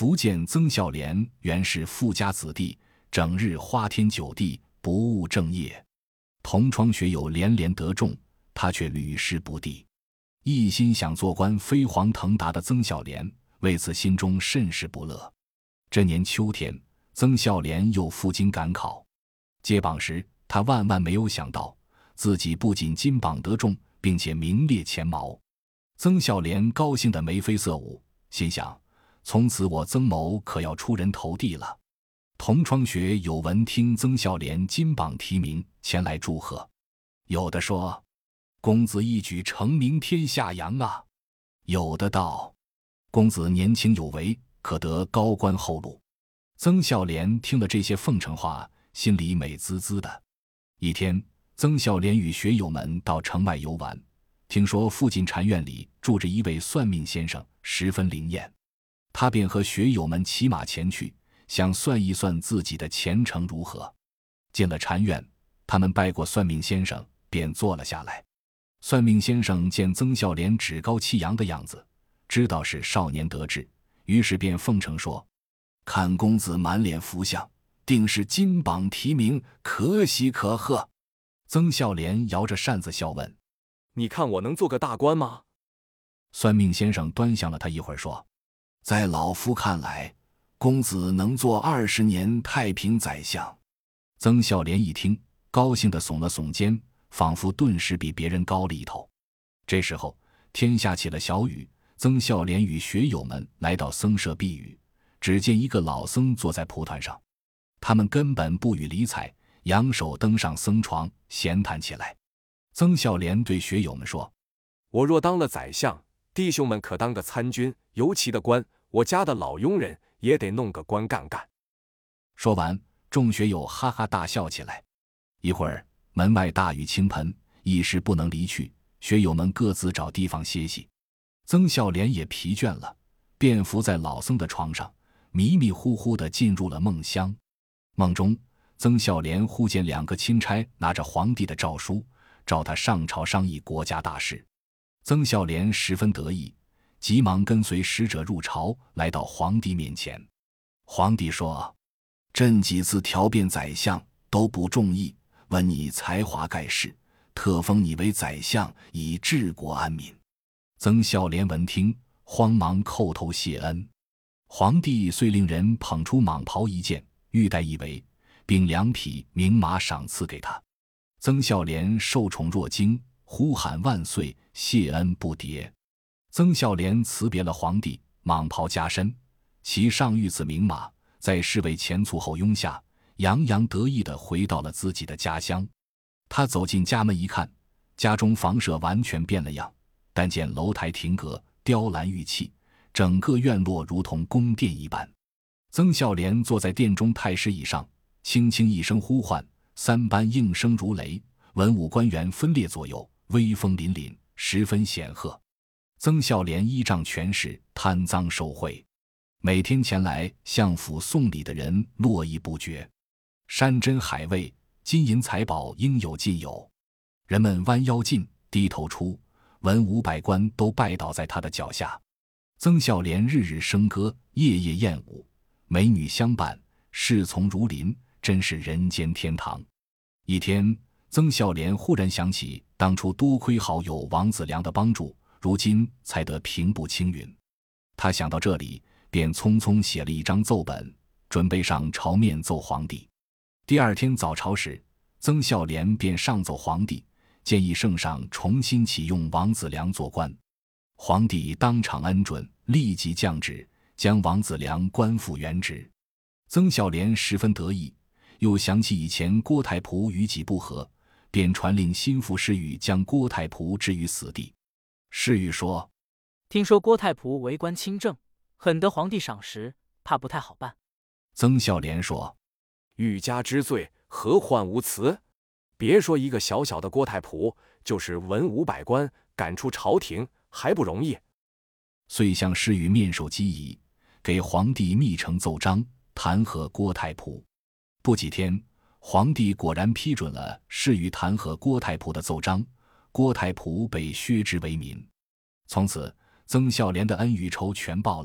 福建曾孝廉原是富家子弟，整日花天酒地，不务正业，同窗学友连连得中，他却屡试不第。一心想做官飞黄腾达的曾孝廉为此心中甚是不乐。这年秋天，曾孝廉又赴京赶考，接榜时他万万没有想到，自己不仅金榜得中，并且名列前茅。曾孝廉高兴得眉飞色舞，心想从此我曾某可要出人头地了。同窗学友闻听曾孝廉金榜题名，前来祝贺，有的说公子一举成名天下扬啊，有的道公子年轻有为，可得高官厚禄。曾孝廉听了这些奉承话，心里美滋滋的。一天，曾孝廉与学友们到城外游玩，听说附近禅院里住着一位算命先生，十分灵验，他便和学友们骑马前去，想算一算自己的前程如何。进了禅院，他们拜过算命先生，便坐了下来。算命先生见曾孝廉趾高气扬的样子，知道是少年得志，于是便奉承说，看公子满脸福相，定是金榜题名，可喜可贺。曾孝廉摇着扇子笑问， 你看我能做个大官吗？ 算命先生端详了他一会儿说，在老夫看来，公子能做20年太平宰相。曾孝廉一听，高兴地耸了耸肩，仿佛顿时比别人高了一头。这时候天下起了小雨，曾孝廉与学友们来到僧舍避雨，只见一个老僧坐在蒲团上，他们根本不予理睬，扬手登上僧床闲谈起来。曾孝廉对学友们说， 我若当了宰相，弟兄们可当个参军、游骑的官，我家的老佣人也得弄个官干干。 说完，众学友哈哈大笑起来。一会儿门外大雨倾盆，一时不能离去，学友们各自找地方歇息。曾孝廉也疲倦了，便伏在老僧的床上，迷迷糊糊地进入了梦乡。梦中，曾孝廉忽见2个钦差拿着皇帝的诏书，召他上朝商议国家大事。曾孝廉十分得意，急忙跟随使者入朝，来到皇帝面前。皇帝说，朕几次调变宰相都不中意，问你才华盖世，特封你为宰相，以治国安民。曾孝廉闻听，慌忙叩头谢恩。皇帝遂令人捧出蟒袍1件，玉带1围，并2匹名马赏赐给他。曾孝廉受宠若惊，呼喊万岁，谢恩不迭。曾孝廉辞别了皇帝，蟒袍加身，骑上御赐名马，在侍卫前簇后拥下，洋洋得意地回到了自己的家乡。他走进家门一看，家中房舍完全变了样，但见楼台亭阁，雕栏玉砌，整个院落如同宫殿一般。曾孝廉坐在殿中太师椅上，轻轻一声呼唤，3班应声如雷，文武官员分列左右，威风凛凛，十分显赫。曾孝廉依仗权势，贪赃受贿，每天前来相府送礼的人络绎不绝，山珍海味、金银财宝应有尽有，人们弯腰进，低头出，文武百官都拜倒在他的脚下。曾孝廉日日笙歌，夜夜宴舞，美女相伴，侍从如林，真是人间天堂。一天，曾孝廉忽然想起当初多亏好友王子良的帮助，如今才得平步青云。他想到这里，便匆匆写了一张奏本，准备上朝面奏皇帝。第2天早朝时，曾孝廉便上奏皇帝，建议圣上重新启用王子良做官。皇帝当场恩准，立即降旨，将王子良官复原职。曾孝廉十分得意，又想起以前郭太仆与己不和，便传令心腹侍御将郭太仆置于死地。侍御说， 听说郭太仆为官清正，很得皇帝赏识，怕不太好办。 曾孝廉说， 欲加之罪，何患无辞？别说一个小小的郭太仆，就是文武百官赶出朝廷还不容易。 遂向侍御面授机宜，给皇帝密呈奏章，弹劾郭太仆。不几天，皇帝果然批准了侍御弹劾郭太仆的奏章，郭太仆被削职为民。从此，曾孝廉的恩与仇全报了，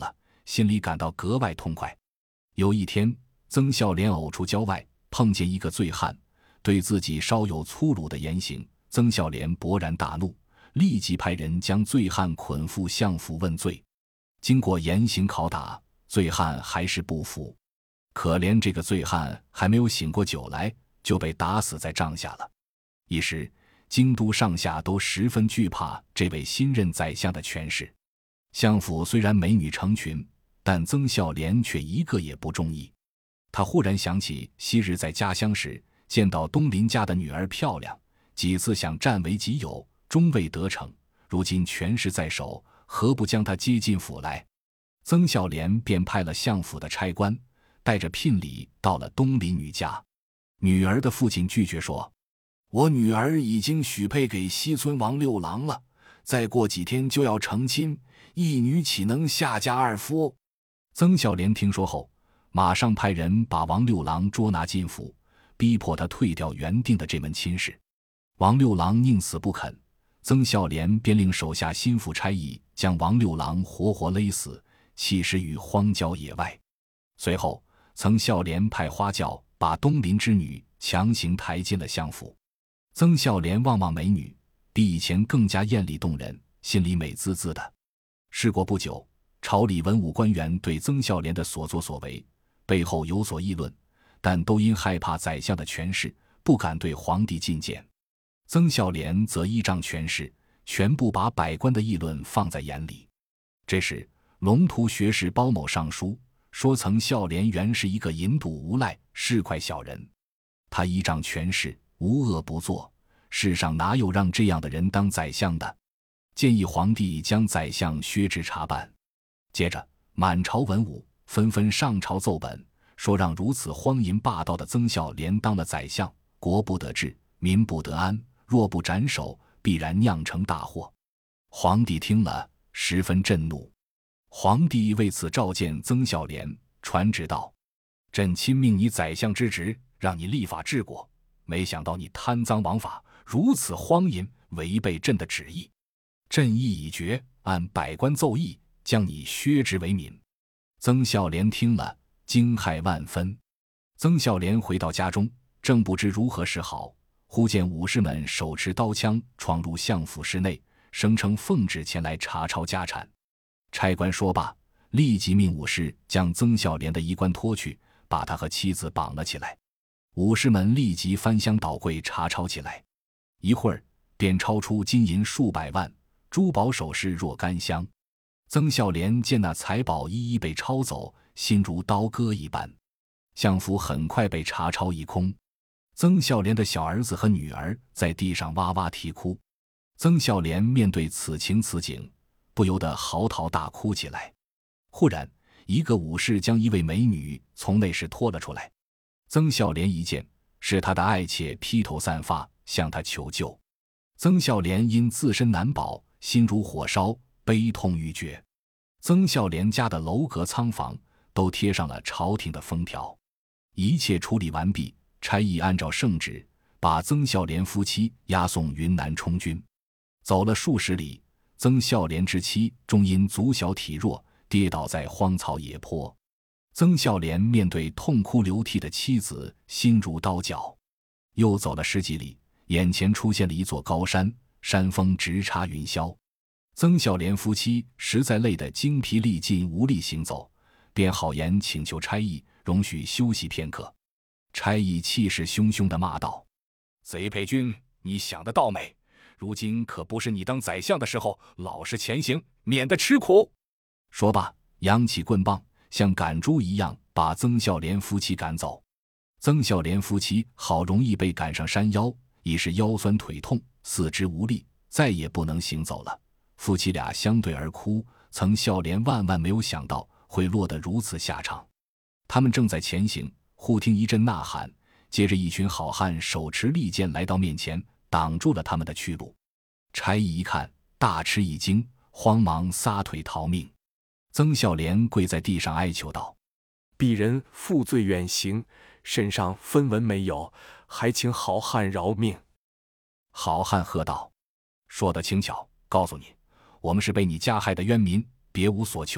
心里感到格外痛快。有一天，曾孝廉偶出郊外，碰见一个醉汉，对自己稍有粗鲁的言行，曾孝廉勃然大怒，立即派人将醉汉捆赴相府问罪。经过严刑拷打，醉汉还是不服。可怜这个醉汉还没有醒过酒来，就被打死在帐下了。一时，京都上下都十分惧怕这位新任宰相的权势。相府虽然美女成群，但曾孝廉却一个也不中意。他忽然想起昔日在家乡时见到东林家的女儿漂亮，几次想占为己有，终未得逞。如今权势在手，何不将她接进府来？曾孝廉便派了相府的差官，带着聘礼到了东林女家。女儿的父亲拒绝说：“我女儿已经许配给西村王六郎了，再过几天就要成亲，一女岂能下嫁二夫？”曾孝廉听说后，马上派人把王六郎捉拿进府，逼迫他退掉原定的这门亲事。王六郎宁死不肯，曾孝廉便令手下心腹差役将王六郎活活勒死，弃尸于荒郊野外。随后，曾孝廉派花轿把东林之女强行抬进了相府。曾孝廉望望美女，比以前更加艳丽动人，心里美滋滋的。事过不久，朝里文武官员对曾孝廉的所作所为背后有所议论，但都因害怕宰相的权势，不敢对皇帝进谏。曾孝廉则依仗权势，全部把百官的议论放在眼里。这时，龙图学士包某上书说，曾孝廉原是一个淫赌无赖、市侩小人，他依仗权势，无恶不作，世上哪有让这样的人当宰相的？建议皇帝将宰相削职查办。接着，满朝文武纷纷上朝奏本，说让如此荒淫霸道的曾孝廉当了宰相，国不得治，民不得安，若不斩首，必然酿成大祸。皇帝听了，十分震怒。皇帝为此召见曾孝廉，传旨道：“朕亲命你宰相之职，让你立法治国，没想到你贪赃枉法，如此荒淫，违背朕的旨意。朕意已决，按百官奏议，将你削职为民。”曾孝廉听了，惊骇万分。曾孝廉回到家中，正不知如何是好，忽见武士们手持刀枪闯入相府室内，声称奉旨前来查抄家产。差官说罢，立即命武士将曾孝廉的衣冠脱去，把他和妻子绑了起来。武士们立即翻箱倒柜查抄起来，一会儿便抄出金银数百万，珠宝首饰若干箱。曾孝廉见那财宝一一被抄走，心如刀割一般。相府很快被查抄一空。曾孝廉的小儿子和女儿在地上哇哇啼哭。曾孝廉面对此情此景，不由得嚎啕大哭起来。忽然，一个武士将一位美女从内室拖了出来。曾孝廉一见，是他的爱妾披头散发，向他求救。曾孝廉因自身难保，心如火烧，悲痛欲绝。曾孝廉家的楼阁仓房都贴上了朝廷的封条。一切处理完毕，差役按照圣旨，把曾孝廉夫妻押送云南充军。走了数十里，曾孝廉之妻终因足小体弱，跌倒在荒草野坡。曾孝廉面对痛哭流涕的妻子，心如刀绞。又走了十几里，眼前出现了一座高山，山峰直插云霄。曾孝廉夫妻实在累得精疲力尽，无力行走，便好言请求差役容许休息片刻。差役气势汹汹地骂道：“贼配军，你想得到美？如今可不是你当宰相的时候，老实前行，免得吃苦。”说罢，扬起棍棒，像赶猪一样把曾孝廉夫妻赶走。曾孝廉夫妻好容易被赶上山腰，已是腰酸腿痛，四肢无力，再也不能行走了。夫妻俩相对而哭，曾孝廉万万没有想到会落得如此下场。他们正在前行，忽听一阵呐喊，接着一群好汉手持利剑来到面前，挡住了他们的去路。差役一看，大吃一惊，慌忙撒腿逃命。曾孝廉跪在地上哀求道：“ 鄙人负罪远行，身上分文没有，还请好汉饶命。” 好汉喝道：“说得轻巧，告诉你，我们是被你加害的冤民，别无所求，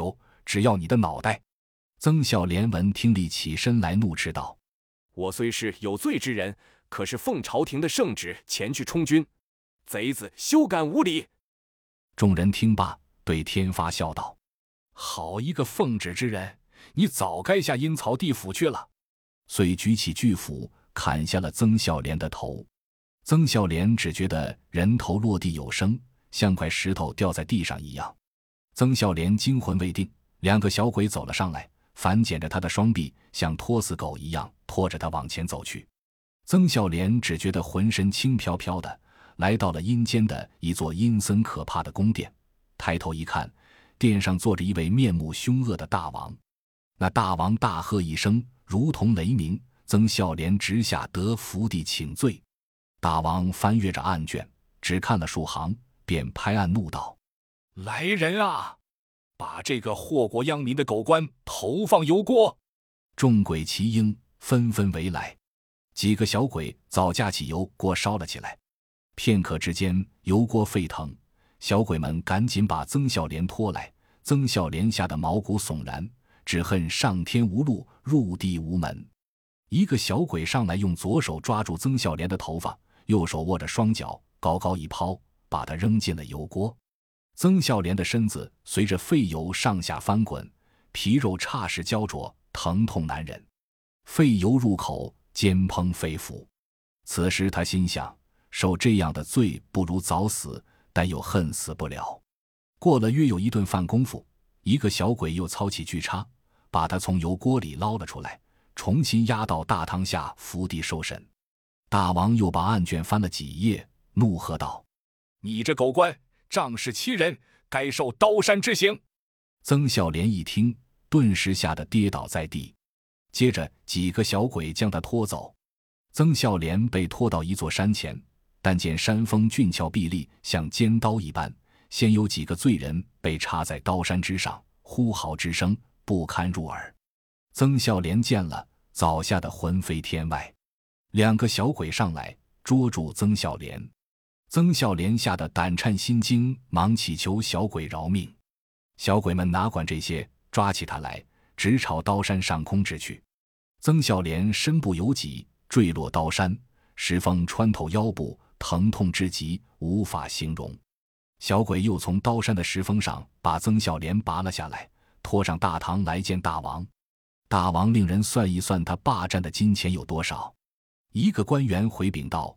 只要你的脑袋。曾孝廉闻听立起身来，怒斥道： 我虽是有罪之人，可是奉朝廷的圣旨前去充军，贼子休敢无礼！ 众人听罢，对天发笑道：好一个奉旨之人，你早该下阴曹地府去了。遂举起巨斧，砍下了曾孝廉的头。曾孝廉只觉得人头落地有声，像块石头掉在地上一样。曾孝廉惊魂未定，两个小鬼走了上来，反剪着他的双臂，像拖死狗一样拖着他往前走去。曾孝廉只觉得浑身轻飘飘的，来到了阴间的一座阴森可怕的宫殿。抬头一看，殿上坐着一位面目凶恶的大王。那大王大喝一声，如同雷鸣，曾孝廉直下得伏地请罪。大王翻阅着案卷，只看了数行，便拍案怒道：来人啊，把这个祸国殃民的狗官投放油锅！众鬼齐应，纷纷围来。几个小鬼早架起油锅烧了起来，片刻之间油锅沸腾，小鬼们赶紧把曾孝廉拖来。曾孝廉吓得毛骨悚然，只恨上天无路，入地无门。一个小鬼上来，用左手抓住曾孝廉的头发，右手握着双脚，高高一抛，把他扔进了油锅。曾孝廉的身子随着沸油上下翻滚，皮肉霎时焦灼，疼痛难忍。沸油入口，煎烹肺腑。此时他心想，受这样的罪不如早死，但又恨死不了。过了约有一顿饭功夫，一个小鬼又操起锯叉，把他从油锅里捞了出来，重新押到大堂下伏地受审。大王又把案卷翻了几页，怒喝道：你这狗官，仗势欺人，该受刀山之刑！曾孝廉一听，顿时吓得跌倒在地。接着几个小鬼将他拖走。曾孝廉被拖到一座山前，但见山峰峻峭壁立，像尖刀一般，先有几个罪人被插在刀山之上，呼嚎之声不堪入耳。曾孝廉见了，早吓得魂飞天外。两个小鬼上来捉住曾孝廉，曾孝廉吓得胆颤心惊，忙祈求小鬼饶命。小鬼们哪管这些，抓起他来，直朝刀山上空掷去。曾孝廉身不由己，坠落刀山，石缝穿透腰部，疼痛之极，无法形容。小鬼又从刀山的石缝上把曾孝廉拔了下来，拖上大堂来见大王。大王令人算一算他霸占的金钱有多少。一个官员回禀道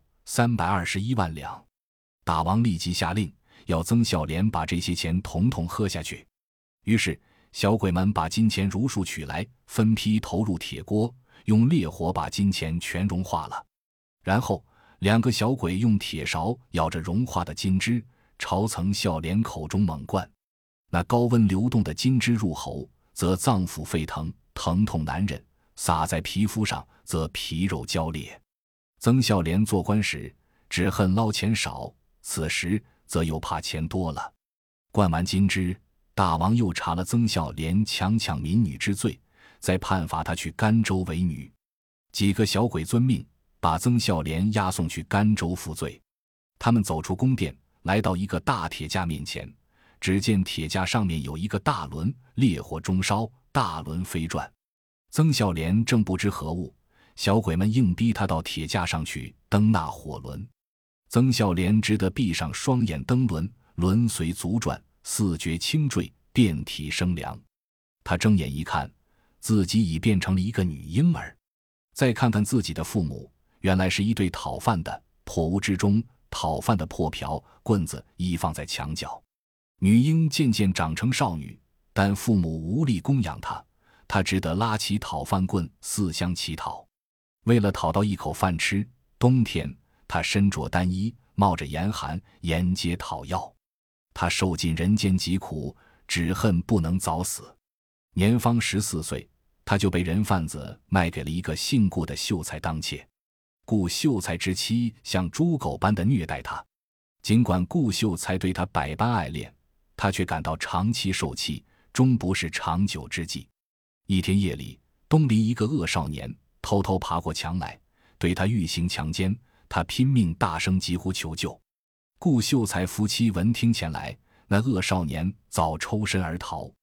：321万两。大王立即下令，要曾孝廉把这些钱统统喝下去。于是小鬼们把金钱如数取来，分批投入铁锅，用烈火把金钱全融化了。然后两个小鬼用铁勺舀着融化的金汁，朝曾孝廉口中猛灌。那高温流动的金汁入喉，则脏腑沸腾，疼痛难忍；洒在皮肤上，则皮肉焦裂。曾孝廉做官时只恨捞钱少，此时则又怕钱多了。灌完金汁，大王又查了曾孝廉强抢民女之罪，再判罚他去甘州为女。几个小鬼遵命，把曾孝廉押送去甘州服罪。他们走出宫殿，来到一个大铁架面前，只见铁架上面有一个大轮，烈火中烧，大轮飞转。曾孝廉正不知何物，小鬼们硬逼他到铁架上去蹬那火轮。曾孝廉只得闭上双眼蹬轮，轮随足转，四觉轻坠，遍体生凉。他睁眼一看，自己已变成了一个女婴儿。再看看自己的父母，原来是一对讨饭的，破屋之中，讨饭的破瓢棍子一放在墙角。女婴渐渐长成少女，但父母无力供养她，她只得拉起讨饭棍四乡乞讨。为了讨到一口饭吃，冬天她身着单衣，冒着严寒，沿街讨要。她受尽人间疾苦，只恨不能早死。年方14岁，她就被人贩子卖给了一个姓顾的秀才当妾。顾秀才之妻像猪狗般的虐待她，尽管顾秀才对她百般爱恋，她却感到长期受气，终不是长久之计。一天夜里，东邻一个恶少年偷偷爬过墙来，对她欲行强奸，她拼命大声疾呼求救。顾秀才夫妻闻听前来，那恶少年早抽身而逃。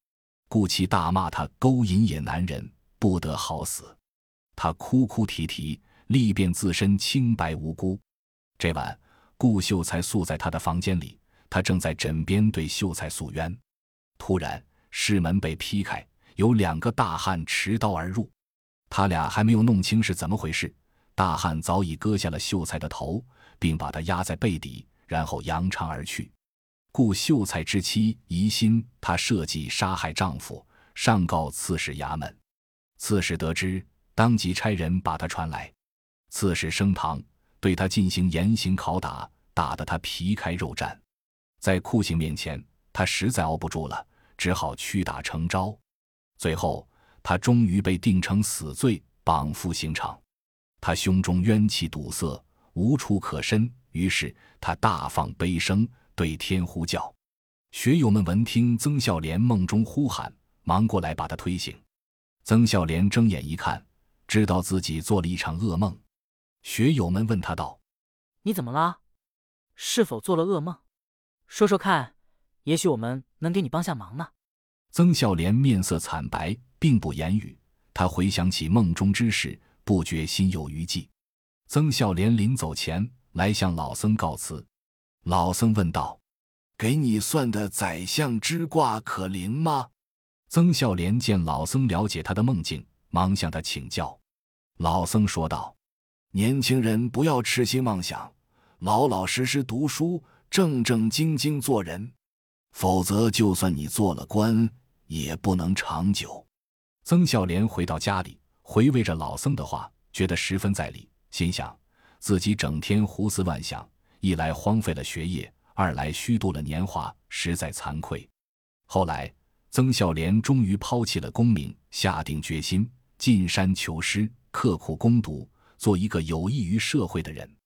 故其大骂他勾引野男人，不得好死。他哭哭啼啼，力辩自身清白无辜。这晚，顾秀才宿在他的房间里，他正在枕边对秀才诉冤。突然，室门被劈开，有2个大汉持刀而入。他俩还没有弄清是怎么回事，大汉早已割下了秀才的头，并把他压在背底，然后扬长而去。顾秀才之妻疑心他设计杀害丈夫，上告刺史衙门。刺史得知，当即差人把他传来。刺史升堂，对他进行严刑拷打，打得他皮开肉绽。在酷刑面前，他实在熬不住了，只好屈打成招。最后，他终于被定成死罪，绑赴刑场。他胸中冤气堵塞，无处可伸，于是他大放悲声，对天呼叫。学友们闻听曾孝廉梦中呼喊，忙过来把他推醒。曾孝廉睁眼一看，知道自己做了一场噩梦。学友们问他道： 你怎么了？是否做了噩梦？说说看，也许我们能给你帮下忙呢。 曾孝廉面色惨白，并不言语。他回想起梦中之事，不觉心有余悸。曾孝廉临走前来向老僧告辞。老僧问道：给你算的宰相之卦可灵吗？曾孝廉见老僧了解他的梦境，忙向他请教。老僧说道：年轻人不要痴心妄想，老老实实读书，正正经经做人，否则就算你做了官，也不能长久。曾孝廉回到家里，回味着老僧的话，觉得十分在理，心想自己整天胡思乱想，一来荒废了学业，二来虚度了年华，实在惭愧。后来曾孝廉终于抛弃了功名，下定决心进山求师，刻苦攻读，做一个有益于社会的人。